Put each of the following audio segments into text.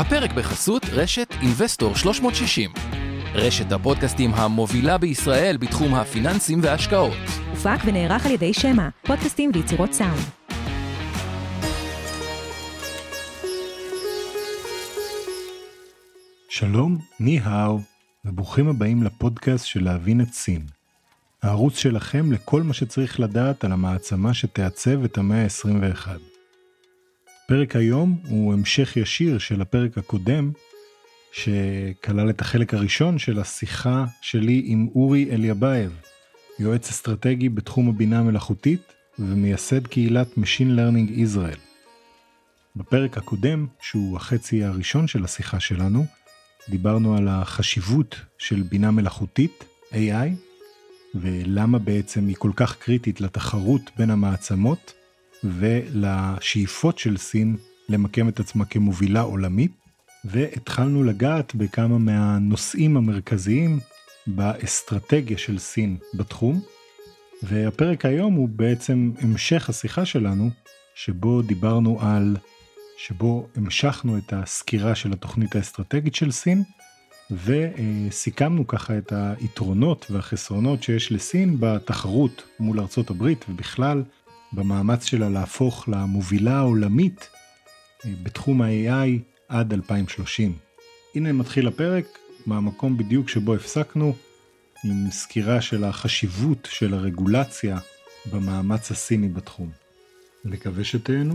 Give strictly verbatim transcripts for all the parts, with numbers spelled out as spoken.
הפרק בחסות רשת אינבסטור שלוש מאות שישים. רשת הפודקאסטים המובילה בישראל בתחום הפיננסים וההשקעות. הופק ונערך על ידי שמה, פודקאסטים ויצירות סאונד. שלום, ני האו, וברוכים הבאים לפודקאסט של להבין את סין. הערוץ שלכם לכל מה שצריך לדעת על המעצמה שתעצב את המאה ה-עשרים ואחת. פרק היום הוא המשך ישיר של הפרק הקודם, שכלל את החלק הראשון של השיחה שלי עם אורי אליאבייב, יועץ אסטרטגי בתחום הבינה המלאכותית ומייסד קהילת Machine Learning Israel. בפרק הקודם, שהוא החצי הראשון של השיחה שלנו, דיברנו על החשיבות של בינה מלאכותית, איי איי, ולמה בעצם היא כל כך קריטית לתחרות בין המעצמות, ולשאיפות של סין למקם את עצמה כמובילה עולמית, והתחלנו לגעת בכמה מהנושאים המרכזיים באסטרטגיה של סין בתחום, והפרק היום הוא בעצם המשך השיחה שלנו, שבו דיברנו על, שבו המשכנו את הסקירה של התוכנית האסטרטגית של סין, וסיכמנו ככה את היתרונות והחסרונות שיש לסין בתחרות מול ארצות הברית, ובכלל במאמץ שלה להפוך למובילה העולמית בתחום ה-איי איי עד אלפיים ושלושים. הנה מתחיל הפרק, מהמקום בדיוק שבו הפסקנו, עם סקירה של החשיבות של הרגולציה במאמץ הסיני בתחום. מקווה שתהנו.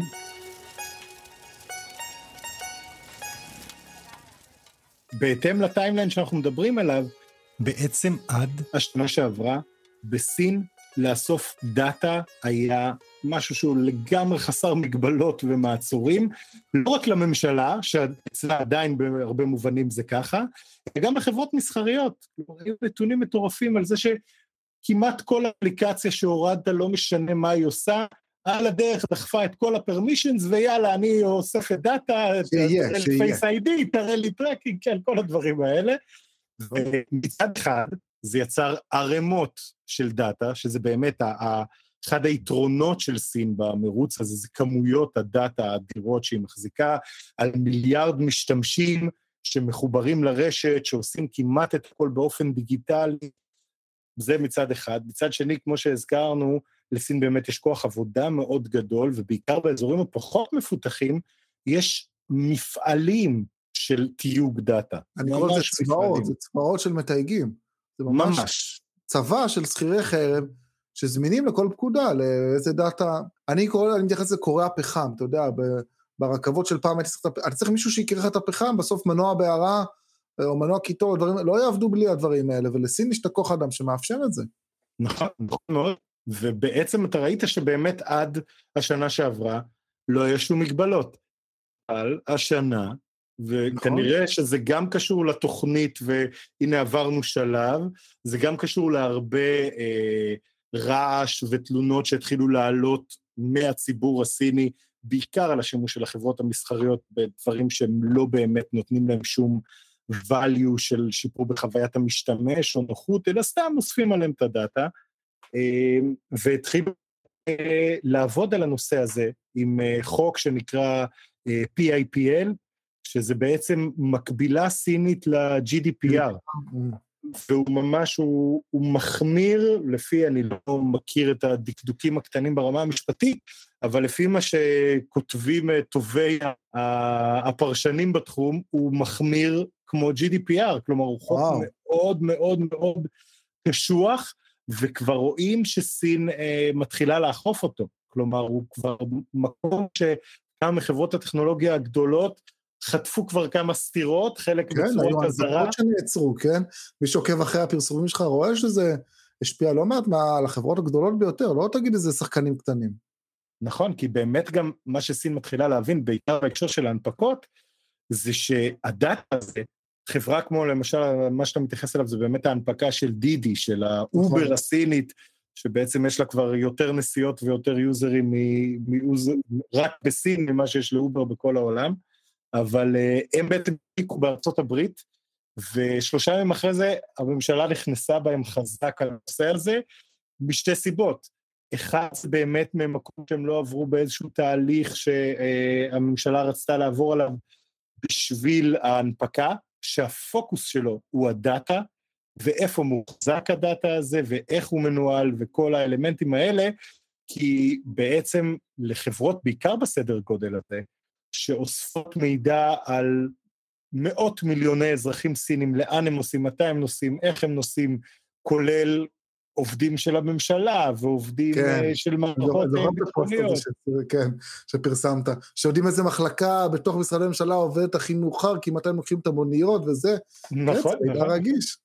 בהתאם לטיימליין שאנחנו מדברים עליו, בעצם עד השנה שעברה, בסין לאסוף דאטה היה משהו שהוא לגמרי חסר מגבלות ומעצורים, לא רק לממשלה, שאצלה עדיין בהרבה מובנים זה ככה, גם לחברות מסחריות. היו נתונים מטורפים על זה שכמעט כל אפליקציה שהורדת לא משנה מה היא עושה, על הדרך דחפה את כל הפרמישנס, ויאללה, אני אוספת דאטה, תראה לי פייס איי די, תראה לי טרקינג, כן, כל הדברים האלה. ומצד אחד, זה יצר ערימות של דאטה, שזה באמת אחד היתרונות של סין במרוץ הזה, זה כמויות הדאטה האדירות שהיא מחזיקה, על מיליארד משתמשים שמחוברים לרשת, שעושים כמעט את הכל באופן דיגיטלי, זה מצד אחד. מצד שני, כמו שהזכרנו, לסין באמת יש כוח עבודה מאוד גדול, ובעיקר באזורים הפחות מפותחים, יש מפעלים של תיוג דאטה. אני אומר, זה צבאות, זה צבאות של מתייגים. זה ממש, ממש. צבא של שכירי חרב, שזמינים לכל פקודה, לאיזה דאטה, אני קורא, אני מתייחס לקורי הפחם, אתה יודע, ברכבות של פעם, אני צריך מישהו שיקרח את הפחם, בסוף מנוע בערה, או מנוע קיטור, דברים, לא יעבדו בלי הדברים האלה, ולסין יש את הכוח אדם שמאפשר את זה. נכון, נכון מאוד, ובעצם אתה ראית שבאמת עד השנה שעברה, לא היה שום מגבלות, על השנה, וכנראה נכון. שזה גם קשור לתוכנית, והנה עברנו שלב, זה גם קשור להרבה אה, רעש ותלונות שהתחילו לעלות מהציבור הסיני, בעיקר על השימוש של החברות המסחריות, בדברים שהם לא באמת נותנים להם שום value של שיפור בחוויית המשתמש או נוחות, אלא סתם מוספים עליהם את הדאטה, אה, והתחילו אה, לעבוד על הנושא הזה, עם אה, חוק שנקרא אה, פי איי פי אל, שזה בעצם מקבילה סינית ל-ג'י די פי אר, והוא ממש, הוא, הוא מחמיר, לפי, אני לא מכיר את הדקדוקים הקטנים ברמה המשפטית, אבל לפי מה שכותבים טובי הפרשנים בתחום, הוא מחמיר כמו ג'י די פי אר, כלומר הוא חוק וואו. מאוד מאוד מאוד קשוח, וכבר רואים שסין אה, מתחילה לאכוף אותו, כלומר הוא כבר מקום שכמה מחברות הטכנולוגיה הגדולות, חטפו כבר כמה סתירות, חלק כן, בצורות הזרה. כן, שנעצרו, כן? מי שעוקב אחרי הפרסומים שלך רואה שזה השפיע לא מעט על החברות הגדולות ביותר, לא תגיד איזה שחקנים קטנים. נכון, כי באמת גם מה שסין מתחילה להבין, בעיקר בהקשר של ההנפקות, זה שהדאטה הזה, חברה כמו למשל, מה שאתה מתייחס אליו, זה באמת ההנפקה של דידי, של האובר הסינית, שבעצם יש לה כבר יותר נסיעות ויותר יוזרים, רק בסין ממה שיש לאובר בכל העולם, אבל הם בעצם פיקו בארצות הברית, ושלושה ימים אחרי זה, הממשלה נכנסה בהם חזק על הנושא הזה, בשתי סיבות. אחד זה באמת ממקום שהם לא עברו באיזשהו תהליך שהממשלה רצתה לעבור עליו, בשביל ההנפקה, שהפוקוס שלו הוא הדאטה, ואיפה מוחזק הדאטה הזה, ואיך הוא מנוהל, וכל האלמנטים האלה, כי בעצם לחברות, בעיקר בסדר גודל הזה, שאוספות מידע על מאות מיליוני אזרחים סינים, לאן הם נוסעים, מתי הם נוסעים, איך הם נוסעים, כולל עובדים של הממשלה, ועובדים כן. של מערכות ביטחוניות. כן, שפרסמת, שיודעים איזה מחלקה בתוך משרדי הממשלה עובדת הכי מאוחר, כי מתי הם לוקחים את המוניות וזה, נכון, זה מידע רגיש.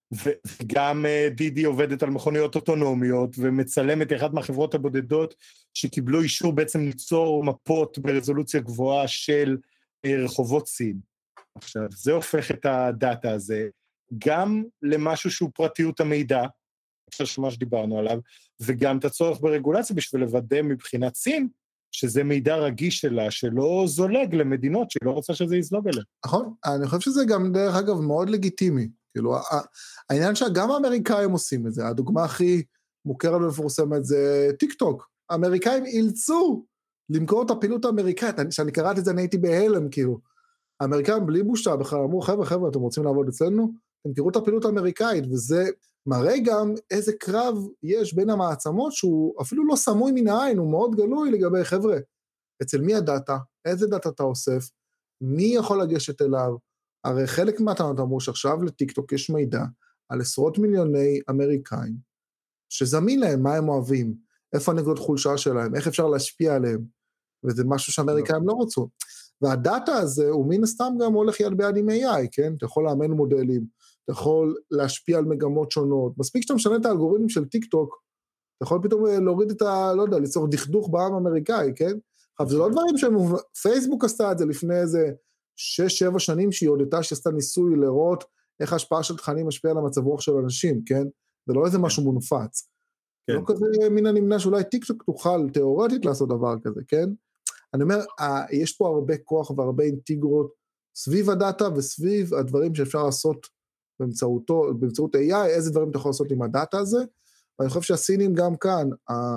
וגם דידי עובדת על מכוניות אוטונומיות, ומצלמת אחת מהחברות הבודדות, שקיבלו אישור בעצם ליצור מפות ברזולוציה גבוהה של רחובות סין. עכשיו, זה הופך את הדאטה הזה, גם למשהו שהוא פרטיות המידע, מה שדיברנו עליו, וגם את הצורך ברגולציה בשביל לוודא מבחינת סין, שזה מידע רגיש שלה, שלא זולג למדינות שלא רוצה שזה יזלוג אליהם. נכון, אני חושב שזה גם דרך אגב מאוד לגיטימי, כאילו, העניין שגם האמריקאים עושים את זה, הדוגמה הכי מוכרת ומפורסמת זה טיק טוק, האמריקאים אילצו למכור את הפעילות האמריקאית, שאני קראתי את זה, אני הייתי בהלם, כאילו, האמריקאים בלי בושה, בכלל אמרו, חבר'ה, חבר'ה, אתם רוצים לעבוד אצלנו? אתם תראו את הפעילות האמריקאית, וזה מראה גם איזה קרב יש בין המעצמות, שהוא אפילו לא סמוי מן העין, הוא מאוד גלוי לגבי, חבר'ה, אצל מי הדאטה, איזה דאטה אתה אוסף, מי יכול לגשת אליו, הרי חלק מהטענות אמרו שעכשיו לטיקטוק יש מידע, על עשרות מיליוני אמריקאים, שזמין להם מה הם אוהבים, איפה הנקודות חולשה שלהם, איך אפשר להשפיע עליהם, וזה משהו שאמריקאים לא רצו. והדאטה הזה הוא מן הסתם גם הולך יד ביד עם איי איי, כן? אתה יכול לאמן מודלים, אתה יכול להשפיע על מגמות שונות, מספיק שאתה משנה את האלגוריתם של טיק טוק, אתה יכול פתאום להוריד את ה... לא יודע, ליצור דכדוך בעם האמריקאי, כן? אבל זה לא דברים שהם... פייסבוק עשתה את זה לפני איזה שש, שבע שנים שהיא הודתה שעשתה ניסוי לראות איך ההשפעה של תכנים משפיעה על המצב רוח של אנשים, כן? זה לא איזה משהו מונפץ. כן. לא כזה מן הנמנע שאולי טיק טוק תוכל תיאורטית לעשות דבר כזה, כן? אני אומר, יש פה הרבה כוח והרבה אינטגרות סביב הדאטה וסביב הדברים שאפשר לעשות באמצעותו, באמצעות איי איי, איזה דברים אתה יכול לעשות עם הדאטה הזה, ואני חושב שהסינים גם כאן,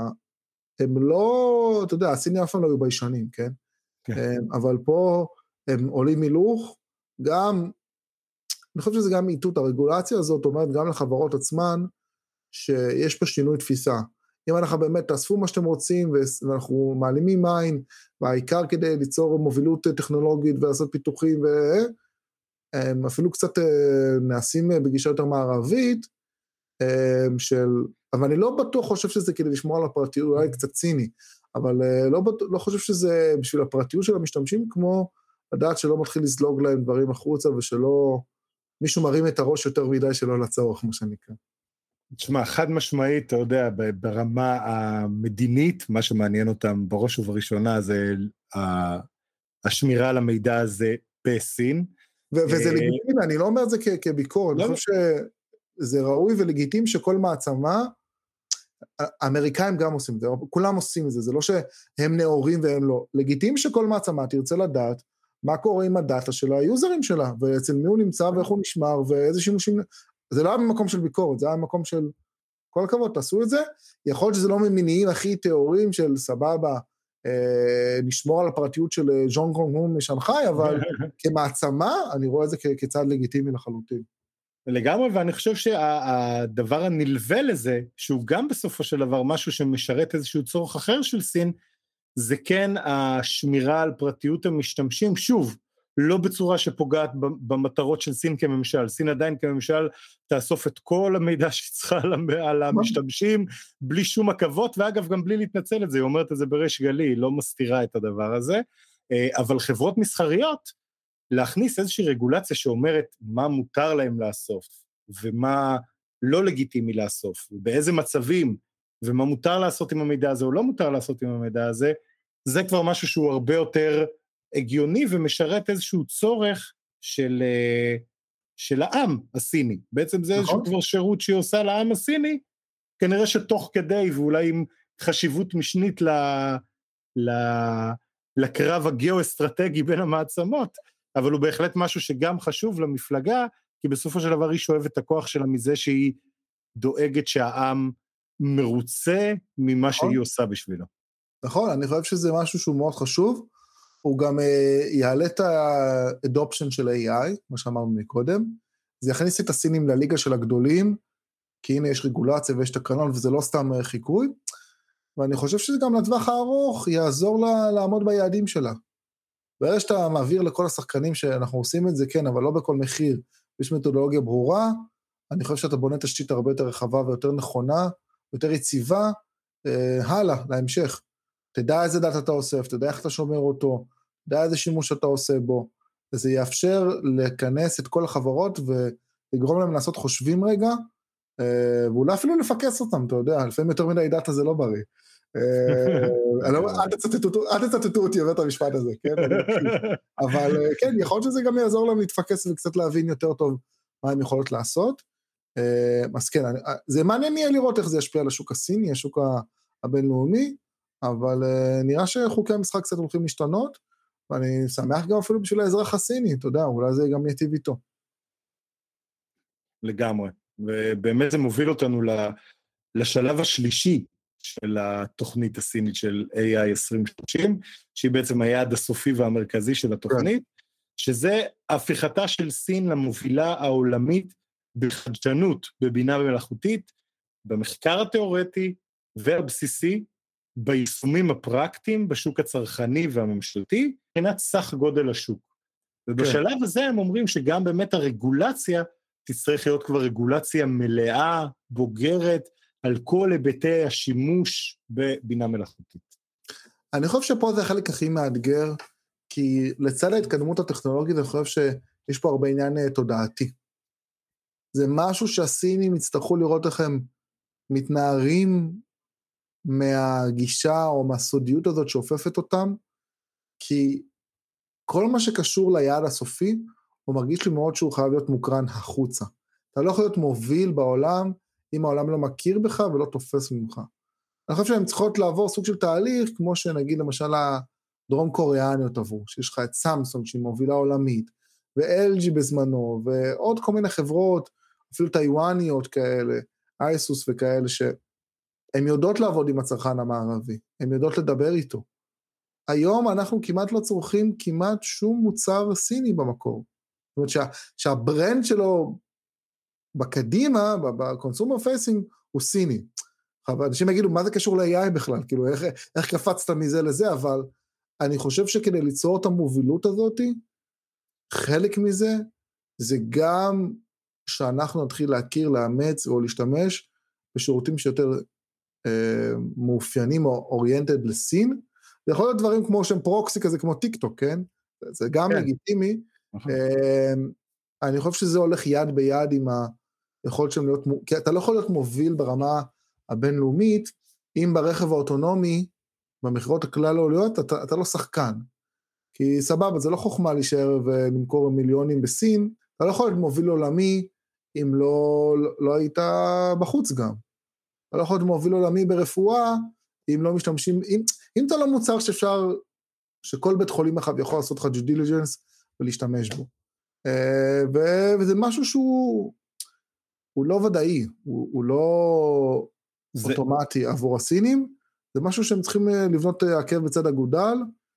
הם לא, אתה יודע, הסינים אף פעם לא היו ביישנים, כן? כן. אבל פה הם עולים מילוך, גם, אני חושב שזה גם איתות, הרגולציה הזאת אומרת גם לחברות עצמן, שיש פה שינוי תפיסה. אם אנחנו באמת תאספו מה שאתם רוצים, ואנחנו מעלימים מים, והעיקר כדי ליצור מובילות טכנולוגית, ולעשות פיתוחים, והם אפילו קצת נעשים בגישה יותר מערבית, של, אבל אני לא בטוח חושב שזה כדי לשמור על הפרטיות, אולי קצת ציני, אבל לא, לא חושב שזה בשביל הפרטיות של המשתמשים, כמו לדעת שלא מתחיל לזלוג להם דברים החוצה, ושלא מישהו מרים את הראש יותר מדי שלא לצורך, כמו שנקרא. תשמע, חד משמעית, אתה יודע, ברמה המדינית, מה שמעניין אותם בראש ובראשונה, זה השמירה על המידע הזה בסין. וזה לגיטימי, אני לא אומר את זה כביקורת, אני חושב שזה ראוי ולגיטימי שכל מעצמה, האמריקאים גם עושים את זה, כולם עושים את זה, זה לא שהם נאורים והם לא, לגיטימי שכל מעצמה תרצה לדעת, מה קורה עם הדאטה של היוזרים שלה, ואצל מי הוא נמצא ואיך הוא נשמר, ואיזה שימושים, זה לא היה במקום של ביקורת, זה היה במקום של, כל הכבוד, תעשו את זה, יכול להיות שזה לא ממניעים הכי תיאוריים של סבבה, אה, נשמור על הפרטיות של ז'ונג קונג הון משנחאי, אבל כמעצמה, אני רואה את זה כצעד לגיטימי לחלוטין. לגמרי, ואני חושב שהדבר הנלווה לזה, שהוא גם בסופו של דבר משהו שמשרת איזשהו צורך אחר של סין, זה כן השמירה על פרטיות המשתמשים, שוב, לא בצורה שפוגעת במטרות של סין כממשל, סין עדיין כממשל תאסוף את כל המידע שצריכה על המשתמשים, בלי שום עכבות, ואגב גם בלי להתנצל את זה, היא אומרת את זה בריש גלי, היא לא מסתירה את הדבר הזה, אבל חברות מסחריות, להכניס איזושהי רגולציה שאומרת מה מותר להם לאסוף, ומה לא לגיטימי לאסוף, ובאיזה מצבים, ומה מותר לעשות עם המידע הזה, או לא מותר לעשות עם המידע הזה, זה כבר משהו שהוא הרבה יותר הגיוני, ומשרת איזשהו צורך של, של העם הסיני. בעצם זה איזשהו כבר שירות שהיא עושה לעם הסיני, כנראה שתוך כדי, ואולי עם חשיבות משנית ל, ל, לקרב הגיאו-אסטרטגי בין המעצמות, אבל הוא בהחלט משהו שגם חשוב למפלגה, כי בסופו של דבר היא שואבת את הכוח שלה מזה שהיא דואגת שהעם מרוצה ממה שהיא עושה בשבילו. נכון, אני חושב שזה משהו שהוא מאוד חשוב, הוא גם uh, יעלה את ה-adoption של איי איי, מה שאמרנו מקודם, זה יכניס את הסינים לליגה של הגדולים, כי הנה יש רגולציה ויש תקנון, וזה לא סתם חיקוי, ואני חושב שזה גם לטווח הארוך יעזור לה לעמוד ביעדים שלה. ברגע שאתה מעביר לכל השחקנים שאנחנו עושים את זה, כן, אבל לא בכל מחיר, יש מתודולוגיה ברורה, אני חושב שאתה בונה תשתית הרבה יותר רחבה ויותר נכונה, יותר יציבה, אה, הלאה, להמשך. תדע איזה דאטה אתה אוסף, תדע איך אתה שומר אותו, תדע איזה שימוש אתה עושה בו, וזה יאפשר לכנס את כל החברות ולגרום להם לעשות חושבים רגע, ואולי אפילו לפקס אותם, אתה יודע, לפעמים יותר מדי דאטה זה לא בריא. אל תצטטו אותי את המשפט הזה, כן? אבל כן, יכול להיות שזה גם יעזור להם להתפקס וקצת להבין יותר טוב מה הם יכולות לעשות. אז כן, זה מעניין יהיה לראות איך זה ישפיע על השוק הסיני, השוק הבינלאומי, אבל נראה שחוקי המשחק קצת הולכים להשתנות, ואני שמח גם אפילו בשביל האזרח הסיני, אתה יודע, אולי זה גם יטיב איתו. לגמרי. ובאמת זה מוביל אותנו לשלב השלישי של התוכנית הסינית של איי איי עשרים שלושים, שהיא בעצם היעד הסופי והמרכזי של התוכנית, שזה הפיכתה של סין למובילה העולמית בחדשנות, בבינה מלאכותית, במחקר התיאורטי והבסיסי, ביישומים הפרקטיים, בשוק הצרכני והממשלתי, מבחינת סך גודל השוק. ובשלב הזה הם אומרים שגם באמת הרגולציה, תצטרך להיות כבר רגולציה מלאה, בוגרת, על כל היבטי השימוש בבינה מלאכותית. אני חושב שפה זה החלק הכי מאתגר, כי לצד ההתקדמות הטכנולוגית, אני חושב שיש פה הרבה עניין תודעתי. זה משהו שהסינים יצטרכו לראות איך הם מתנערים מהגישה או מהסודיות הזאת שאופפת אותם, כי כל מה שקשור ליעד הסופי, הוא מרגיש לי מאוד שהוא חייב להיות מוקרן החוצה. אתה לא יכול להיות מוביל בעולם, אם העולם לא מכיר בך ולא תופס ממך. אני חושב שהן צריכות לעבור סוג של תהליך, כמו שנגיד למשל הדרום קוריאניות עברו, שיש לך את סמסונג שהיא מובילה עולמית, ו-אל ג'י בזמנו, ועוד כל מיני חברות, אפילו טיואניות כאלה, אייסוס וכאלה, שהן יודעות לעבוד עם הצרכן המערבי, הן יודעות לדבר איתו. היום אנחנו כמעט לא צורכים כמעט שום מוצר סיני במקור. זאת אומרת שה, שהברנד שלו בקדימה, בקונסומר פייסינג, הוא סיני. אנשים יגידו, מה זה קשור ל-איי איי בכלל? כאילו, איך, איך קפצת מזה לזה? אבל אני חושב שכדי ליצור את המובילות הזאת, חלק מזה, זה גם שאנחנו נתחיל להכיר, לאמץ או להשתמש בשירותים שיותר אה, מאופיינים או אוריינטד לסין. זה יכול להיות דברים כמו שהם פרוקסי כזה, כמו טיק טוק, כן? זה גם כן. לגיטימי. אה, אני חושב שזה הולך יד ביד עם היכולת שלהם להיות, כי אתה לא יכול להיות מוביל ברמה הבינלאומית, אם ברכב האוטונומי, במכירות הכלל העוליות, אתה, אתה לא שחקן. כי סבבה, זה לא חוכמה להישאר ולמכור מיליונים בסין, אתה לא יכול להיות מוביל עולמי, אם לא, לא, לא היית בחוץ גם. אתה לא יכול להיות מוביל עולמי ברפואה, אם לא משתמשים, אם, אם אתה לא מוצר שאפשר, שכל בית חולים אחד יכול לעשות לך due diligence ולהשתמש בו. וזה משהו שהוא הוא לא ודאי, הוא, הוא לא זה... אוטומטי עבור הסינים, זה משהו שהם צריכים לבנות עקב בצד אגודל,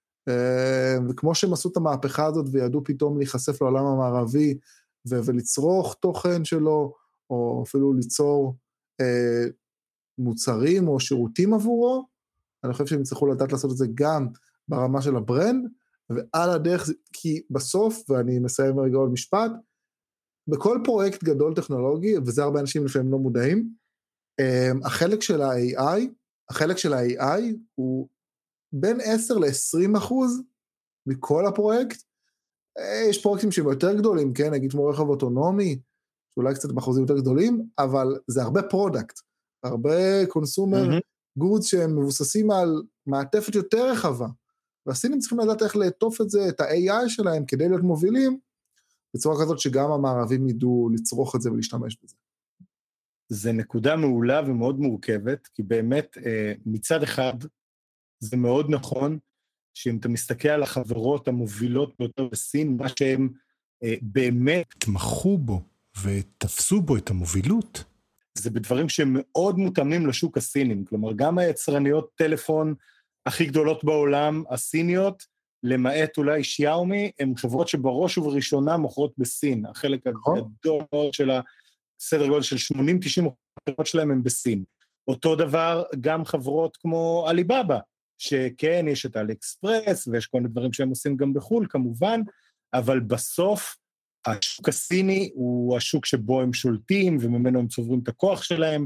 וכמו שהם עשו את המהפכה הזאת וידעו פתאום להיחשף לעולם המערבי, ו- ולצרוך תוכן שלו, או אפילו ליצור אה, מוצרים או שירותים עבורו, אני חושב שהם צריכו לדעת לעשות את זה גם ברמה של הברנד, ועל הדרך, כי בסוף, ואני מסיים רגע עוד משפט, בכל פרויקט גדול טכנולוגי, וזה הרבה אנשים לפעמים לא מודעים, החלק של ה-איי איי, החלק של ה-איי איי הוא בין עשר ל-עשרים אחוז מכל הפרויקט. יש פרויקטים שהם יותר גדולים, כן, נגיד כמו רכב אוטונומי, שאולי קצת באחוזים יותר גדולים, אבל זה הרבה פרודקט, הרבה קונסומר גודס שהם מבוססים על מעטפת יותר רחבה, והסינים צריכים לדעת איך לעטוף את זה, את ה-איי איי שלהם, כדי להיות מובילים, בצורה כזאת שגם המערבים ידעו לצרוך את זה ולהשתמש בזה. זה נקודה מעולה ומאוד מורכבת, כי באמת מצד אחד זה מאוד נכון, שאם אתה מסתכל על החברות המובילות ביותר בסין, מה שהם באמת תמכו בו ותפסו בו את המובילות. זה בדברים שהם מאוד מותאמים לשוק הסינים, כלומר גם היצרניות טלפון הכי גדולות בעולם, הסיניות, למעט אולי שיאומי, הן חברות שבראש ובראשונה מוכרות בסין, החלק הגדול מאוד של הסדר גודל של שמונים תשעים חברות שלהם הם בסין. אותו דבר גם חברות כמו אליבאבא, שכן יש את אליקספרס, ויש כל מיני דברים שהם עושים גם בחול כמובן, אבל בסוף השוק הסיני הוא השוק שבו הם שולטים, וממנו הם צוברים את הכוח שלהם,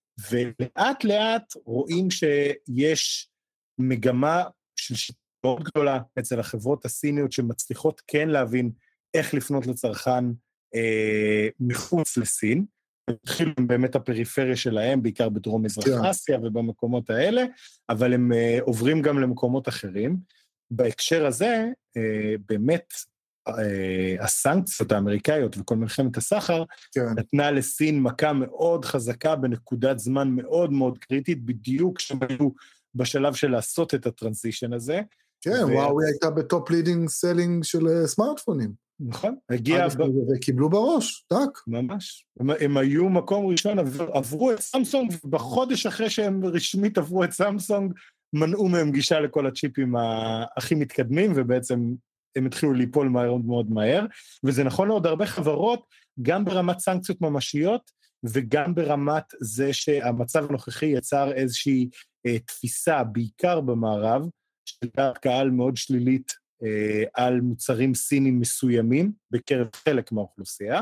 ולאט לאט רואים שיש מגמה של שיטה מאוד גדולה אצל החברות הסיניות, שמצליחות כן להבין איך לפנות לצרכן אה, מחוץ לסין, התחילו עם באמת הפריפריה שלהם, בעיקר בדרום מזרח אסיה ובמקומות האלה, אבל הם אה, עוברים גם למקומות אחרים. בהקשר הזה, אה, באמת, אה, הסנקציות האמריקאיות וכל מלחמת הסחר, כן. נתנה לסין מכה מאוד חזקה, בנקודת זמן מאוד מאוד קריטית, בדיוק שהם היו בשלב של לעשות את הטרנזישן הזה. כן, ו... וואו, היא הייתה בטופ לידינג סלינג של סמארטפונים. נכון, הגיע... ב... וקיבלו בראש, טק. ממש. הם, הם היו מקום ראשון, עברו את סמסונג, בחודש אחרי שהם רשמית עברו את סמסונג, מנעו מהם גישה לכל הצ'יפים הכי מתקדמים, ובעצם הם התחילו ליפול מהר מאוד מהר, וזה נכון לעוד הרבה חברות, גם ברמת סנקציות ממשיות, וגם ברמת זה שהמצב הנוכחי יצר איזושהי אה, תפיסה, בעיקר במערב, של דעת קהל מאוד שלילית, על מוצרים סינים מסוימים, בקרב חלק מהאוכלוסייה,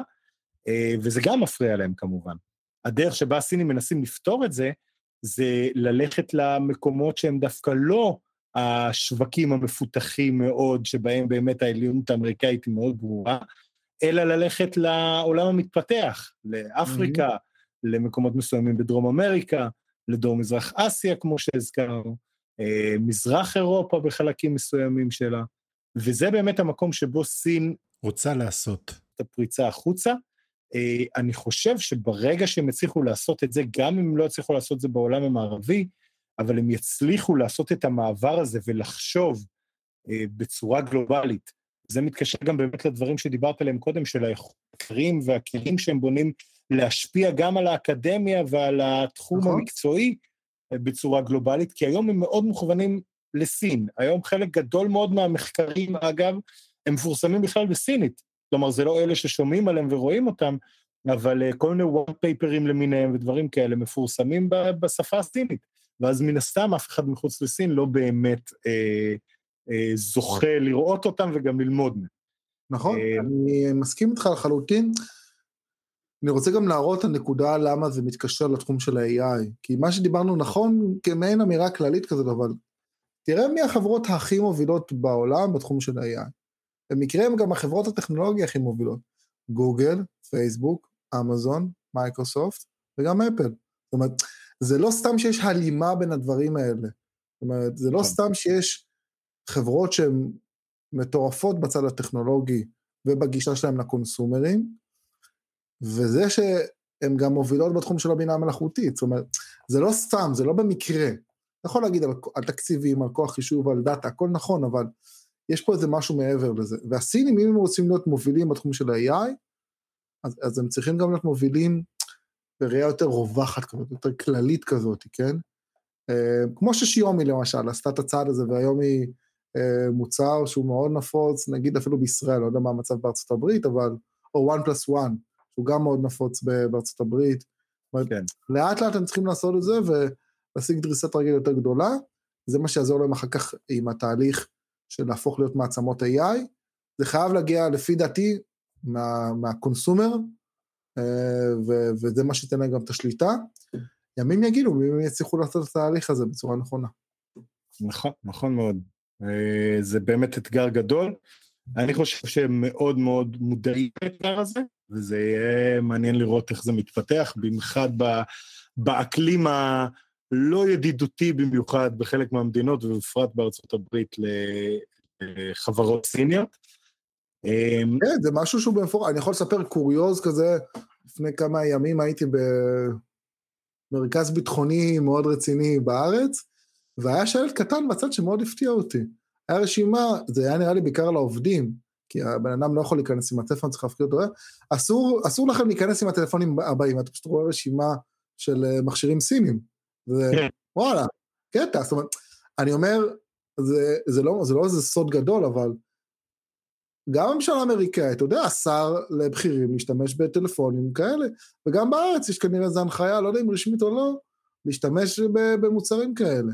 וזה גם מפריע להם כמובן. הדרך שבה הסינים מנסים לפתור את זה, זה ללכת למקומות שהם דווקא לא השווקים המפותחים מאוד, שבהם באמת העליונות האמריקאית היא מאוד ברורה, אלא ללכת לעולם המתפתח, לאפריקה, mm-hmm. למקומות מסוימים בדרום אמריקה, לדרום מזרח אסיה, כמו שהזכרנו, מזרח אירופה בחלקים מסוימים שלה, וזה באמת המקום שבו סין רוצה לעשות את הפריצה החוצה. אני חושב שברגע שהם יצליחו לעשות את זה, גם אם לא יצליחו לעשות את זה בעולם המערבי, אבל הם יצליחו לעשות את המעבר הזה ולחשוב בצורה גלובלית. זה מתקשר גם באמת לדברים שדיברת עליהם קודם, של החוקרים והכלים שהם בונים להשפיע גם על האקדמיה ועל התחום נכון. המקצועי בצורה גלובלית, כי היום הם מאוד מוכוונים לסין. היום חלק גדול מאוד מהמחקרים, אגב, הם מפורסמים בכלל בסינית. כלומר, זה לא אלה ששומעים עליהם ורואים אותם, אבל כל מיני white paper'ים למיניהם ודברים כאלה מפורסמים בשפה הסינית. ואז מן הסתם, אף אחד מחוץ לסין לא באמת אה, אה, זוכה לראות אותם וגם ללמוד מהם. נכון, אה, אני מסכים איתך לחלוטין. אני רוצה גם להראות את הנקודה למה זה מתקשר לתחום של ה-איי איי, כי מה שדיברנו נכון כמעין אמירה כללית כזאת, אבל תראה מי החברות הכי מובילות בעולם בתחום של ה-איי איי. במקרה הם גם החברות הטכנולוגיה הכי מובילות, גוגל, פייסבוק, אמזון, מייקרוסופט, וגם אפל. זאת אומרת, זה לא סתם שיש הלימה בין הדברים האלה. זאת אומרת, זה לא סתם שיש חברות שהן מטורפות בצד הטכנולוגי, ובגישה שלהם לקונסומרים, וזה שהן גם מובילות בתחום של הבינה המלאכותית. זאת אומרת, זה לא סתם, זה לא במקרה. אתה יכול להגיד על, על תקציבים, על כוח חישוב, על דאטה, הכל נכון, אבל יש פה איזה משהו מעבר לזה. והסינים, אם הם רוצים להיות מובילים בתחום של ה-איי איי, אז, אז הם צריכים גם להיות מובילים בראייה יותר רווחת כזאת, יותר כללית כזאת, כן? כמו ששיומי למשל, עשתה את הצעד הזה, והיום היא מוצר שהוא מאוד נפוץ, נגיד אפילו בישראל, לא יודע מה המצב בארצות הברית, אבל, או one plus one, שהוא גם מאוד נפוץ בארצות הברית. כן. לאט לאט הם צריכים לעשות את זה, ולהשיג דריסת רגל יותר גדולה, זה מה שיעזור להם אחר כך עם התהליך של להפוך להיות מעצמות איי איי, זה חייב להגיע לפי דעתי מה, מהקונסומר, ו- וזה מה שתן להם גם את השליטה, ימים יגידו, אם יצליחו לעשות את התהליך הזה בצורה נכונה. נכון, נכון מאוד. זה באמת אתגר גדול, אני חושב שהם מאוד מאוד מודעים לאתגר הזה, וזה יהיה מעניין לראות איך זה מתפתח, במיוחד באקלים הלא ידידותי במיוחד בחלק מהמדינות, ובפרט בארצות הברית לחברות סיניות. כן, זה משהו שהוא במפורש, אני יכול לספר קוריוז כזה, לפני כמה ימים הייתי במרכז ביטחוני מאוד רציני בארץ, והיה שלט קטן בצד שמאוד הפתיע אותי. היה רשימה, זה היה נראה לי בעיקר לעובדים, כי הבן אדם לא יכול להיכנס עם הטלפון, צריך להפקיד אותו, אסור, אסור לכם להיכנס עם הטלפונים הבאים, אתה פשוט רואה רשימה של מכשירים סינים, וואלה, קטע, זאת אומרת, אני אומר, זה, זה לא, זה לא איזה סוד גדול, אבל גם הממשלה האמריקאית, אתה יודע, אסר לבחירים להשתמש בטלפונים כאלה, וגם בארץ יש כנראה איזו הנחיה, לא יודע אם רשמית או לא, להשתמש במוצרים כאלה.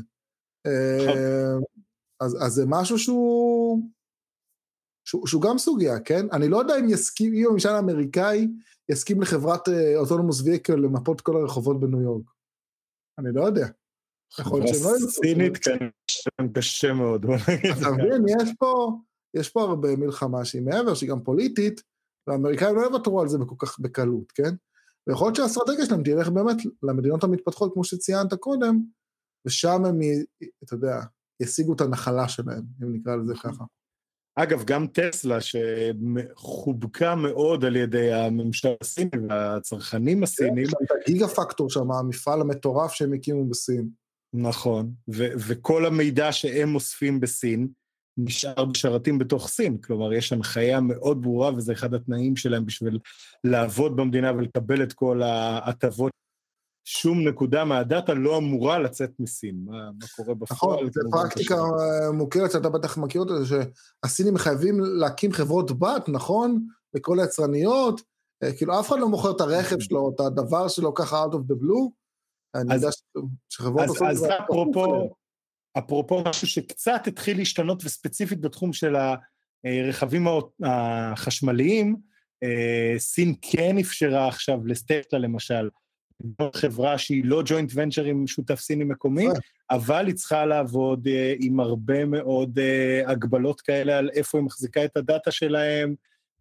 אז, אז זה משהו שהוא, שהוא, שהוא גם סוגיה, כן? אני לא יודע אם יסכים, אם הממשל האמריקאי יסכים לחברת אוטונומוס ויקל למפות כל הרחובות בניו יורק. אני לא יודע. חברה סינית כאן קשה מאוד. אתה מבין, יש פה, יש פה הרבה מלחמה שהיא מעבר, שהיא גם פוליטית, והאמריקאים לא יוותרו על זה כל כך בקלות, כן? ויכול להיות שהאסטרטגיה שלהם תלך באמת למדינות המתפתחות, כמו שציינת קודם, ושם הם, אתה יודע, ישיגו את הנחלה שלהם, אם נקרא לזה ככה. אגב, גם טסלה, שחובקה מאוד על ידי הממשל הסיני והצרכנים הסינים. יש את הגיגה פקטור שם, המפעל המטורף שהם הקימו בסין. נכון, ו- וכל המידע שהם אוספים בסין, נשאר בשרתים בתוך סין, כלומר, יש הנחיה מאוד ברורה, וזה אחד התנאים שלהם בשביל לעבוד במדינה ולקבל את כל ההטבות. שום נקודה מהדאטה לא אמורה לצאת מסין, מה, מה קורה בפועל. נכון, זו פרקטיקה מוכרת שאתה בטח מכיר אותה, שהסינים מחייבים להקים חברות בת, נכון? לכל היצרניות, כאילו אף אחד לא מוכר את הרכב שלו, את הדבר שלו ככה out of the blue, אני יודע שחברות עושות... אז אפרופו, אפרופו משהו שקצת התחיל להשתנות, וספציפית בתחום של הרכבים החשמליים, סין כן אפשרה עכשיו לסטפלה למשל, חברה שהיא לא ג'וינט ונצ'ר עם שותף סיני מקומי, אבל היא צריכה לעבוד עם הרבה מאוד הגבלות כאלה על איפה היא מחזיקה את הדאטה שלהם,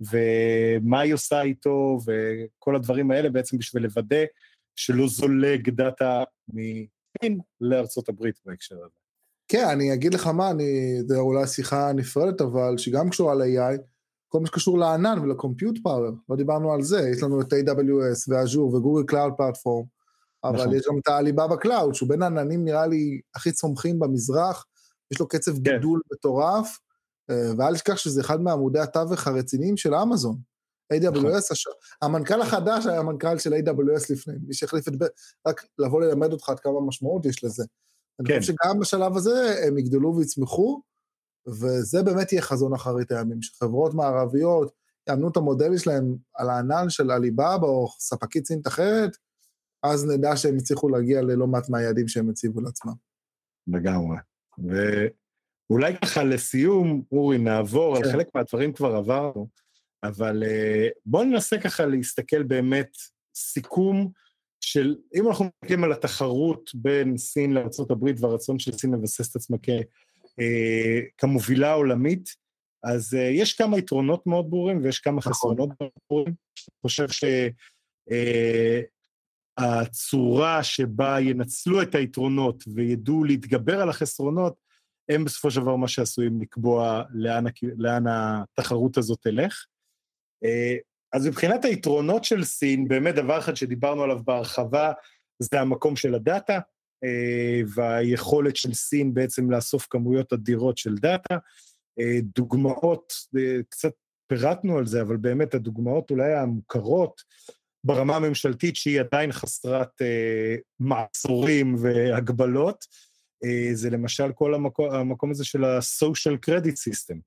ומה היא עושה איתו, וכל הדברים האלה בעצם בשביל לוודא שלא זולג דאטה מסין לארצות הברית בהקשר הזה. כן, אני אגיד לך מה, אני, זה אולי שיחה נפרדת, אבל שגם קשור על איי איי, כל מה שקשור לענן ולקומפיוט פאוור, לא דיברנו על זה, יש לנו את איי דאבליו אס ואז'ור וגוגל קלאוד פלטפורם, אבל נכון. יש גם את האליבאבא קלאוד, שהוא בין העננים נראה לי הכי צומחים במזרח, יש לו קצב כן. גידול מטורף, ואל תשכח שזה אחד מעמודי התווך הרציניים של אמזון, איי דאבליו אס, נכון. המנכ"ל החדש היה המנכ"ל של איי דאבליו אס לפני, מי שהחליף את ב... רק לבוא ללמד אותך עד כמה משמעות יש לזה, כן. אני חושב שגם בשלב הזה הם יגדלו ויצמחו, וזה באמת יהיה חזון אחרית הימים, שחברות מערביות יאמנו את המודל שלהם על הענן של אליבאבא או ספקית סינית אחרת, אז נדע שהם יצליחו להגיע ללא מעט מהיעדים שהם הציבו לעצמם. לגמרי. ואולי ככה לסיום, אורי, נעבור על חלק מהדברים כבר עברנו, אבל בואו ננסה ככה להסתכל באמת סיכום של, אם אנחנו מסתכלים על התחרות בין סין לארצות הברית והרצון של סין לבסס את עצמה כ... כמובילה עולמית, אז יש כמה יתרונות מאוד ברורים, ויש כמה חסרונות מאוד ברורים. אני חושב שהצורה שבה ינצלו את היתרונות, וידעו להתגבר על החסרונות, הם בסופו של דבר מה שעשויים לקבוע לאן, לאן התחרות הזאת תלך. אז מבחינת היתרונות של סין, באמת דבר אחד שדיברנו עליו בהרחבה, זה המקום של הדאטה, והיכולת של סין בעצם לאסוף כמויות אדירות של דאטה, דוגמאות, קצת פירטנו על זה, אבל באמת הדוגמאות אולי המוכרות ברמה הממשלתית, שהיא עדיין חסרת מעצורים והגבלות, זה למשל כל המקום, המקום הזה של ה-social credit system,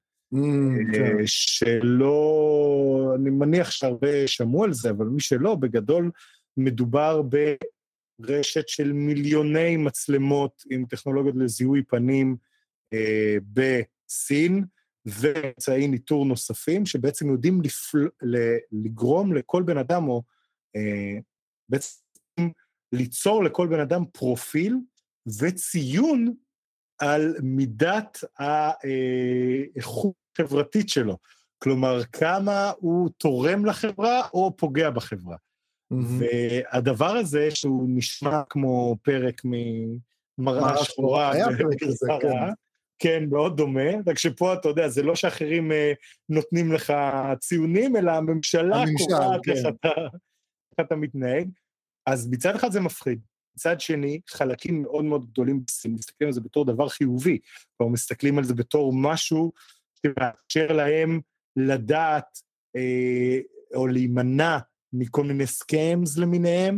שלא, אני מניח שהרבה שמעו על זה, אבל מי שלא, בגדול מדובר ב... רשת של מיליוני מצלמות עם טכנולוגיות לזיהוי פנים אה, בסין, ואמצעי ניטור נוספים, שבעצם יודעים לפל... לגרום לכל בן אדם, או אה, בעצם ליצור לכל בן אדם פרופיל, וציון על מידת האיכות חברתית שלו. כלומר, כמה הוא תורם לחברה, או פוגע בחברה. והדבר הזה, שהוא נשמע כמו פרק ממראה שחורה, כן, מאוד דומה, רק שפה אתה יודע, זה לא שאחרים נותנים לך ציונים, אלא הממשלה קובעת איך אתה מתנהג, אז מצד אחד זה מפחיד, מצד שני, חלקים מאוד מאוד גדולים בסין, מסתכלים על זה בתור דבר חיובי, כבר מסתכלים על זה בתור משהו, שמאפשר להם לדעת, או להימנע, מכל מיני סקיימס למיניהם,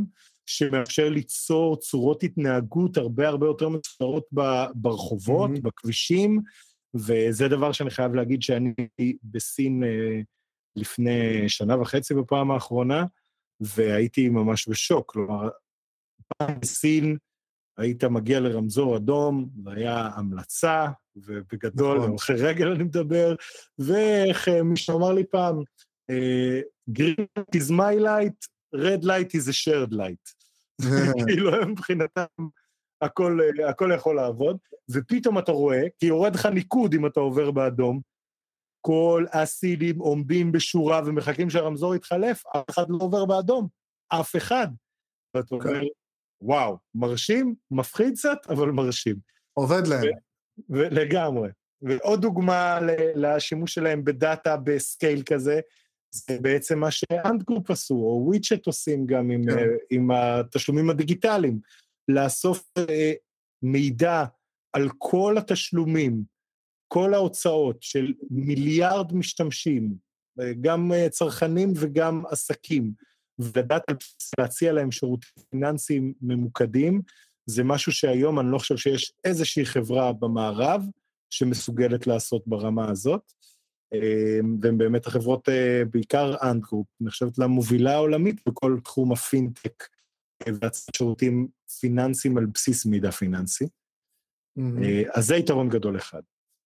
שמאפשר ליצור צורות התנהגות הרבה הרבה יותר מסודרות ברחובות, mm-hmm. בכבישים, וזה דבר שאני חייב להגיד שאני בסין לפני שנה וחצי בפעם האחרונה, והייתי ממש בשוק, כלומר, פעם בסין היית מגיע לרמזור אדום, זה היה המלצה, ובגדול, נכון. הולכי רגל אני מדבר, ואיך מישהו אמר לי פעם, green light is my light, red light is a shared light. כאילו, מבחינתם, הכל, הכל יכול לעבוד, ופתאום אתה רואה, כי יורד לך ניקוד אם אתה עובר באדום, כל הסינים עומדים בשורה ומחכים שהרמזור יתחלף, אף אחד לא עובר באדום, אף אחד. ואתה אומר, וואו, מרשים, מפחיד קצת, אבל מרשים. עובד להם. לגמרי. ועוד דוגמה לשימוש שלהם בדאטה בסקייל כזה, זה בעצם מה שאנט-גרופ עשו, או וויצ'ט עושים גם עם, עם התשלומים הדיגיטליים, לאסוף מידע על כל התשלומים, כל ההוצאות של מיליארד משתמשים, גם צרכנים וגם עסקים, ולדעת להציע להם שירותים פיננסיים ממוקדים, זה משהו שהיום אני לא חושב שיש איזושהי חברה במערב שמסוגלת לעשות ברמה הזאת, והן באמת החברות, בעיקר אנט-גרופ, נחשבת למובילה העולמית בכל תחום הפינטק, והצעת שירותים פיננסיים על בסיס מידע פיננסי. Mm-hmm. אז זה יתרון גדול אחד.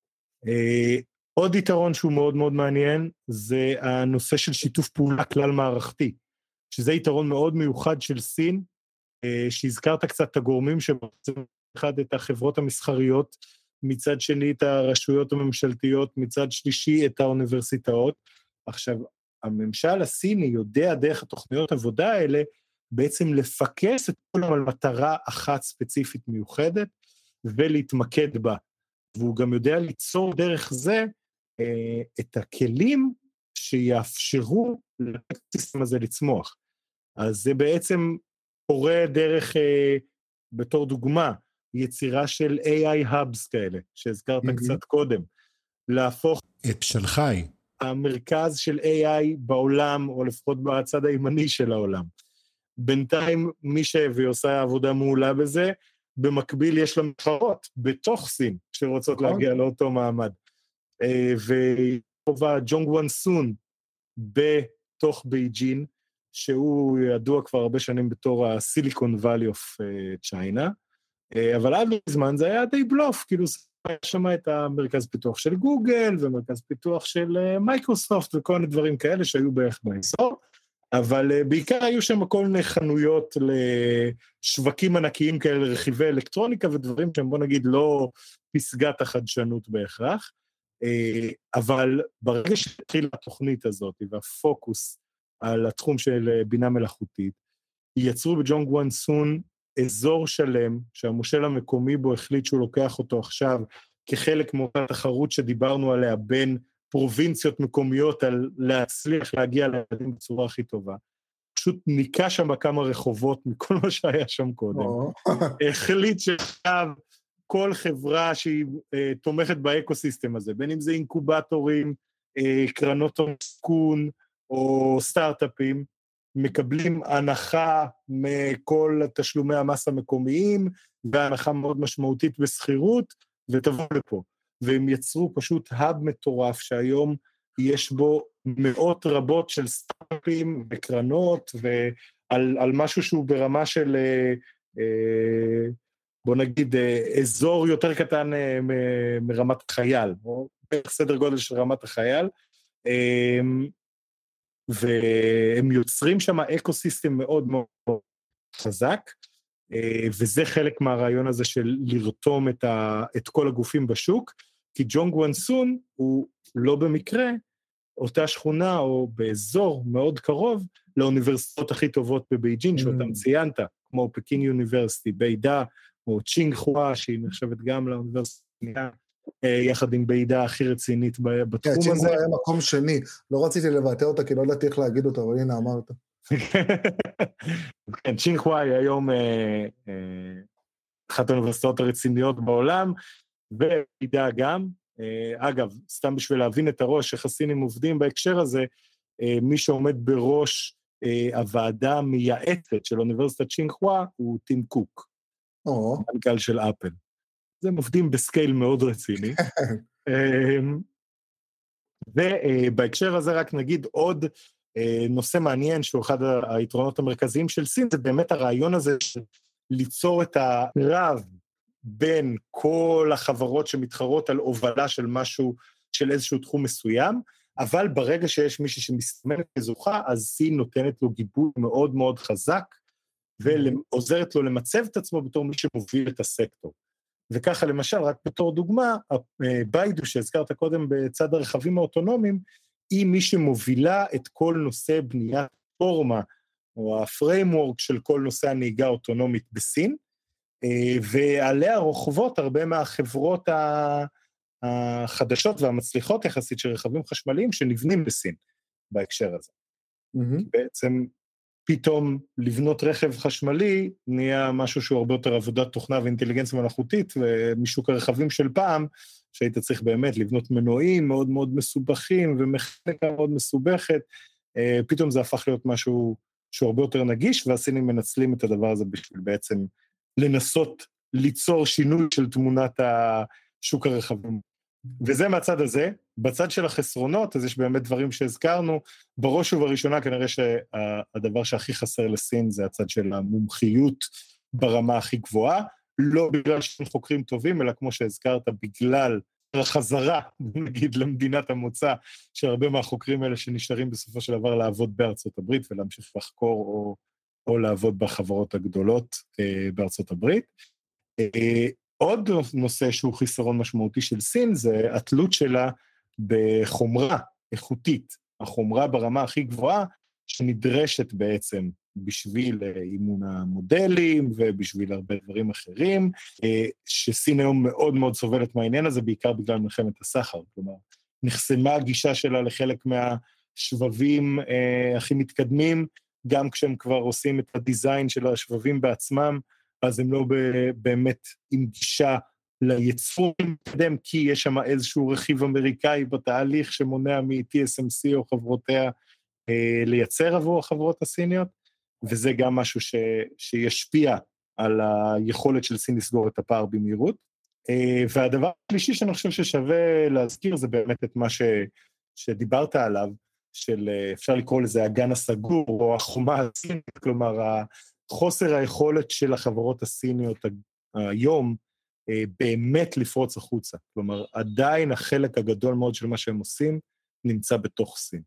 עוד יתרון שהוא מאוד מאוד מעניין, זה הנושא של שיתוף פעולה כלל מערכתי, שזה יתרון מאוד מיוחד של סין, שהזכרת קצת את הגורמים שבעצם אחד את החברות המסחריות, מצד שני את הרשויות הממשלתיות, מצד שלישי את האוניברסיטאות. עכשיו, הממשל הסיני יודע דרך התוכניות עבודה האלה, בעצם לפקס את כולם על מטרה אחת ספציפית מיוחדת, ולהתמקד בה. והוא גם יודע ליצור דרך זה אה, את הכלים שיאפשרו לסיסטם הזה לצמוח. אז זה בעצם קורה דרך, אה, בתור דוגמה, יצירה של איי איי Hubs כאלה, שהזכרת mm-hmm. קצת קודם, להפוך את שלחי. המרכז של איי איי בעולם, או לפחות בצד הימני של העולם. בינתיים מי שהביא עושה עבודה מעולה בזה, במקביל יש לה מתחרות בתוך סין, שרוצות להגיע לאותו מעמד. וחובה ג'ונג וואן סון בתוך בייג'ין, שהוא ידוע כבר הרבה שנים בתור הסיליקון ואלי אוף צ'יינה, אבל עד לזמן זה היה די בלוף, כאילו היה שם את המרכז פיתוח של גוגל, ומרכז פיתוח של מייקרוסופט, וכל מיני דברים כאלה שהיו בערך באזור, אבל בעיקר היו שם כל מיני חנויות לשווקים ענקיים כאלה, רכיבי אלקטרוניקה ודברים שהם בוא נגיד לא פסגת החדשנות בהכרח, אבל ברגע שהתחילה התוכנית הזאת והפוקוס על התחום של בינה מלאכותית, יצרו בג'ונג וואן סון אזור שלם שהמושל המקומי בו החליט שהוא לוקח אותו עכשיו כחלק מאותה תחרות שדיברנו עליה בין פרובינציות מקומיות על להצליח להגיע ליעדים בצורה הכי טובה. פשוט ניקה שם כמה רחובות מכל מה שהיה שם קודם. החליט שעכשיו כל חברה שהיא אה, תומכת באקוסיסטם הזה, בין אם זה אינקובטורים, אה, קרנות הון או סטארט-אפים, מקבלים הנחה מכל תשלומי המס המקומיים, והנחה מאוד משמעותית בסחירות, ותבוא לפה. והם יצרו פשוט האב מטורף, שהיום יש בו מאות רבות של סטארט-אפים וקרנות, ועל על משהו שהוא ברמה של, אה, בוא נגיד, אה, אזור יותר קטן אה, מ- מרמת החייל, או בסדר גודל של רמת החייל, אה, והם יוצרים שם אקוסיסטם מאוד מאוד חזק, וזה חלק מהרעיון הזה של לרתום את, ה, את כל הגופים בשוק, כי ג'ונג וואן סון הוא לא במקרה אותה שכונה או באזור מאוד קרוב לאוניברסיטאות הכי טובות בבייג'ין, שאותם ציינת, כמו פקינג יוניברסיטי, ביידה, או צ'ינג חואה, שהיא נחשבת גם לאוניברסיטה, יחד עם בעידה הכי רצינית בתחום הזה. צ'ינג חואה היה מקום שני, לא רציתי לבטא אותה, כי לא ידעתי איך להגיד אותה, אבל הנה אמרת. כן, צ'ינג חואה היא היום אחת האוניברסיטאות הרציניות בעולם, ובעידה גם, אגב, סתם בשביל להבין את הראש, איך הסינים עובדים בהקשר הזה, מי שעומד בראש הוועדה המייעצת של אוניברסיטת צ'ינגחואה הוא טים קוק, מנכ"ל של אפל. אז הם עובדים בסקייל מאוד רציני. ובהקשר הזה רק נגיד עוד נושא מעניין, שהוא אחד היתרונות המרכזיים של סין, זה באמת הרעיון הזה של ליצור את הרב בין כל החברות שמתחרות על הובלה של משהו, של איזשהו תחום מסוים, אבל ברגע שיש מישהי שמסתמנת כזוכה, אז סין נותנת לו גיבוי מאוד מאוד חזק, ועוזרת לו למצב את עצמו בתור מי שמוביל את הסקטור. וככה למשל, רק בתור דוגמה, ביידו שהזכרת קודם בצד הרכבים האוטונומיים, היא מי שמובילה את כל נושא בניית פורמה, או הפריימוורק של כל נושא הנהיגה האוטונומית בסין, ועליה רוכבות הרבה מהחברות החדשות והמצליחות יחסית של רכבים חשמליים שנבנים בסין בהקשר הזה. Mm-hmm. בעצם פתאום לבנות רכב חשמלי נהיה משהו שהוא הרבה יותר עבודת תוכנה ואינטליגנציה מלאכותית, ומשוק הרכבים של פעם, שהיית צריך באמת לבנות מנועים מאוד מאוד מסובכים ומכניקה מאוד מסובכת, פתאום זה הפך להיות משהו שהוא הרבה יותר נגיש, והסינים מנצלים את הדבר הזה בשביל בעצם לנסות ליצור שינוי של תמונת השוק הרכבים. וזה מהצד הזה. בצד של החסרונות, אז יש באמת דברים שהזכרנו, בראש ובראשונה כנראה שהדבר שהכי חסר לסין זה הצד של המומחיות ברמה הכי גבוהה, לא בגלל שהם חוקרים טובים, אלא כמו שהזכרת, בגלל החזרה, נגיד, למדינת המוצא, שהרבה מהחוקרים האלה שנשארים בסופו של דבר לעבוד בארצות הברית, ולהמשיך לחקור או, או לעבוד בחברות הגדולות אה, בארצות הברית. אה, עוד נושא שהוא חיסרון משמעותי של סין, זה התלות שלה בחומרה איכותית, החומרה ברמה הכי גבוהה, שנדרשת בעצם בשביל אימון המודלים, ובשביל הרבה דברים אחרים, שסין היום מאוד מאוד סובלת מהעניין הזה, בעיקר בגלל מלחמת הסחר, כלומר, נחסמה הגישה שלה לחלק מהשבבים הכי מתקדמים, גם כשהם כבר עושים את הדיזיין של השבבים בעצמם, אז הם לא באמת עם גישה ליצור מתקדם, כי יש שם איזשהו רכיב אמריקאי בתהליך שמונע מ-טי אס אם סי או חברותיה לייצר עבור החברות הסיניות, וזה גם משהו ש, שישפיע על היכולת של סין לסגור את הפער במהירות. והדבר השלישי שאני חושב ששווה להזכיר, זה באמת את מה ש, שדיברת עליו, של אפשר לקרוא לזה הגן הסגור, או החומה הסינית, כלומר, חוסר היכולת של החברות הסיניות היום, באמת לפרוץ החוצה. כלומר, עדיין החלק הגדול מאוד של מה שהם עושים, נמצא בתוך סין.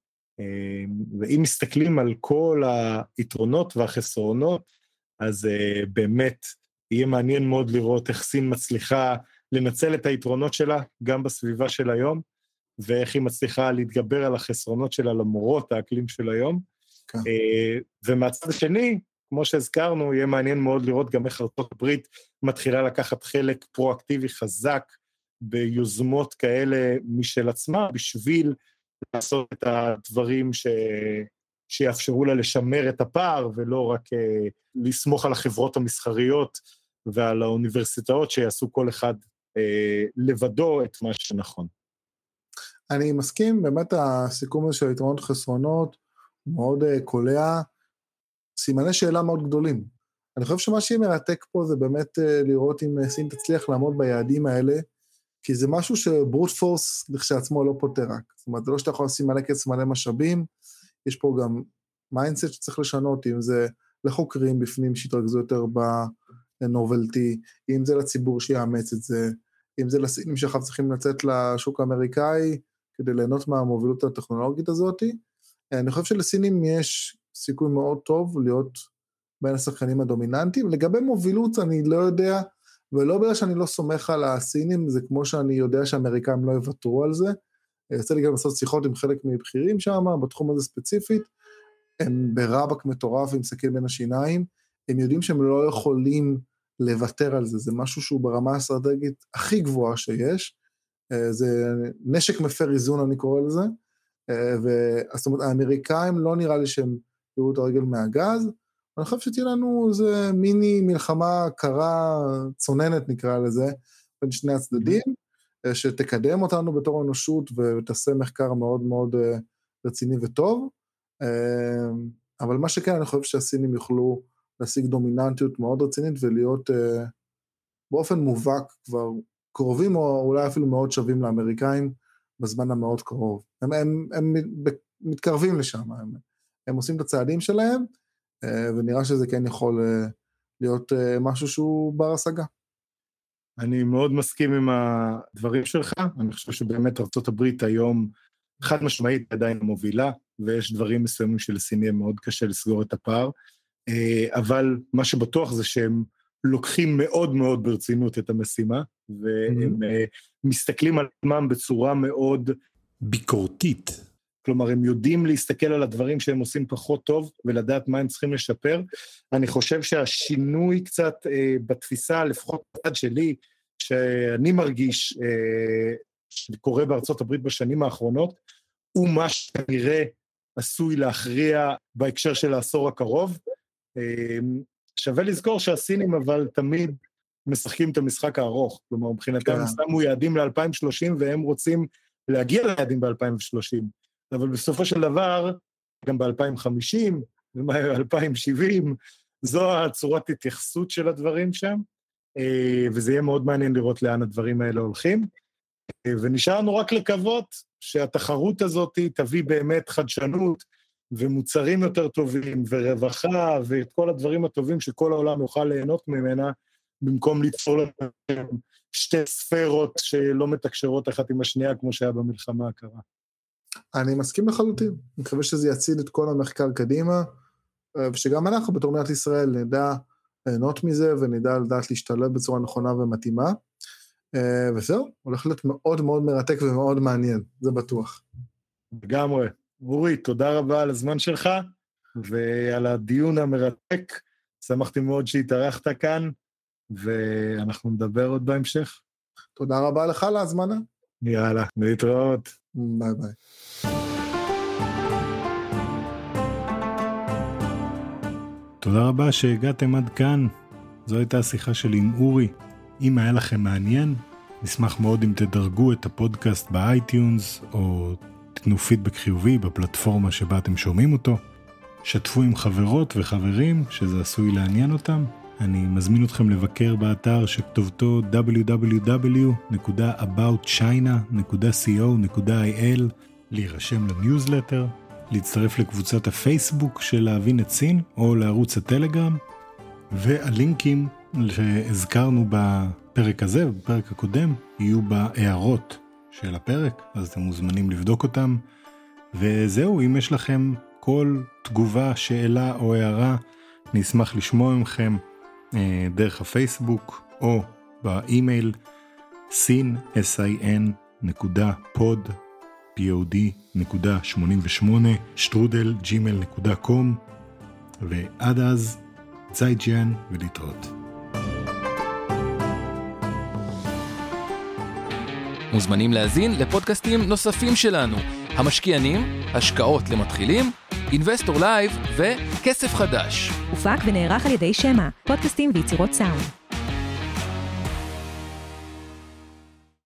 ואם מסתכלים על כל היתרונות והחסרונות, אז באמת יהיה מעניין מאוד לראות איך סין מצליחה לנצל את היתרונות שלה, גם בסביבה של היום, ואיך היא מצליחה להתגבר על החסרונות שלה למרות האקלים של היום. כן. ומהצד השני, כמו שהזכרנו, יהיה מעניין מאוד לראות גם איך ארצות הברית מתחילה לקחת חלק פרואקטיבי חזק ביוזמות כאלה משל עצמה, בשביל לעשות את הדברים ש... שיאפשרו לה לשמר את הפער, ולא רק uh, לסמוך על החברות המסחריות ועל האוניברסיטאות שיעשו כל אחד uh, לבדו את מה שנכון. אני מסכים, באמת הסיכום הזה של יתרונות חסרונות מאוד uh, קולע, סימני שאלה מאוד גדולים. אני חושב שמה שהיא מרתק פה זה באמת uh, לראות אם סין תצליח לעמוד ביעדים האלה, כי זה משהו שברוט פורס לכשעצמו לא פותר רק. זאת אומרת, זה לא שאתה יכול לשים מלא כסף מלא משאבים, יש פה גם מיינדסט שצריך לשנות, אם זה לחוקרים בפנים שיתרכזו יותר בנובלטי, אם זה לציבור שיאמץ את זה, אם זה לסינים שאחר צריכים לצאת לשוק האמריקאי, כדי ליהנות מהמובילות הטכנולוגית הזאת. אני חושב שלסינים יש סיכוי מאוד טוב להיות בין השחקנים הדומיננטיים. לגבי מובילות אני לא יודע, ולא בגלל שאני לא סומך על הסינים, זה כמו שאני יודע שהאמריקאים לא יוותרו על זה. יצא לי גם לעשות שיחות עם חלק מבכירים שם, בתחום הזה ספציפית, הם ברבק מטורף עם סכין בין השיניים, הם יודעים שהם לא יכולים לוותר על זה, זה משהו שהוא ברמה האסטרטגית הכי גבוהה שיש, זה נשק מפר איזון אני קורא לזה, זאת אומרת, האמריקאים לא נראה לי שהם יראו את הרגל מהגז, אני חושב שתהיה לנו איזה מיני מלחמה קרה, צוננת נקרא לזה, בין שני הצדדים, שתקדם אותנו בתור אנושות, ותעשה מחקר מאוד מאוד רציני וטוב. אבל מה שכן, אני חושב שהסינים יוכלו להשיג דומיננטיות מאוד רצינית, ולהיות uh, באופן מובהק כבר קרובים, או אולי אפילו מאוד שווים לאמריקאים, בזמן המאוד קרוב. הם, הם, הם מתקרבים לשם, הם, הם עושים את הצעדים שלהם, uh, ונראה שזה כן יכול uh, להיות uh, משהו שהוא בר השגה. אני מאוד מסכים עם הדברים שלך, אני חושב שבאמת ארצות הברית היום חד משמעית עדיין מובילה, ויש דברים מסוימים שלסינים מאוד קשה לסגור את הפער, אבל מה שבטוח זה שהם לוקחים מאוד מאוד ברצינות את המשימה, והם מסתכלים על עצמם בצורה מאוד ביקורתית. כלומר, הם יודעים להסתכל על הדברים שהם עושים פחות טוב, ולדעת מה הם צריכים לשפר. אני חושב שהשינוי קצת אה, בתפיסה, לפחות בצד שלי, שאני מרגיש אה, שקורה בארצות הברית בשנים האחרונות, הוא מה שכנראה עשוי להכריע בהקשר של העשור הקרוב. אה, שווה לזכור שהסינים אבל תמיד משחקים את המשחק הארוך, כלומר, מבחינתם שמו יעדים ל-אלפיים ושלושים, והם רוצים להגיע ליעדים ב-אלפיים ושלושים. אבל בסופו של דבר, גם ב-אלפיים וחמישים, ב-אלפיים ושבעים, זו הצורת התייחסות של הדברים שם, וזה יהיה מאוד מעניין לראות לאן הדברים האלה הולכים, ונשארנו רק לקוות שהתחרות הזאת תביא באמת חדשנות, ומוצרים יותר טובים, ורווחה, ואת כל הדברים הטובים שכל העולם יוכל ליהנות ממנה, במקום ליצור להם שתי ספרות שלא מתקשרות אחת עם השנייה, כמו שהיה במלחמה הקרה. אני מסכים לחלוטין, אני מקווה שזה יציל את כל המחקר קדימה, ושגם אנחנו בתור מדינת ישראל נדע ליהנות מזה, ונדע לדעת להשתלב בצורה נכונה ומתאימה, וזהו, הולך להיות מאוד מאוד מרתק ומאוד מעניין, זה בטוח. לגמרי. אורי, תודה רבה על הזמן שלך, ועל הדיון המרתק, שמחתי מאוד שהתארחת כאן, ואנחנו נדבר עוד בהמשך. תודה רבה לך על ההזמנה. יאללה, להתראות. ביי ביי. תודה רבה שהגעתם עד כאן. זו הייתה השיחה שלי עם אורי. אם היה לכם מעניין, נשמח מאוד אם תדרגו את הפודקאסט באייטיונס, או תתנו פידבק חיובי בפלטפורמה שבה אתם שומעים אותו. שתפו עם חברות וחברים שזה עשוי לעניין אותם. אני מזמין אתכם לבקר באתר שכתובתו דאבליו דאבליו דאבליו נקודה אבאוט צ'יינה נקודה סי או נקודה איי אל, להירשם לניוזלטר, להצטרף לקבוצת הפייסבוק של להבין את סין, או לערוץ הטלגרם, והלינקים שהזכרנו בפרק הזה, בפרק הקודם, יהיו בהערות של הפרק, אז אתם מוזמנים לבדוק אותם. וזהו, אם יש לכם כל תגובה, שאלה או הערה, נשמח לשמוע מכם דרך הפייסבוק או באימייל סין נקודה פוד נקודה שמונים ושמונה שטרודל ג'ימייל נקודה קום, ועד אז צייג'יאן ולהתראות. מוזמנים להזין לפודקאסטים נוספים שלנו, המשקיענים, השקעות למתחילים, אינבסטור לייב וכסף חדש. הופק ונערך על ידי שמה, פודקאסטים ויצירות סאונד.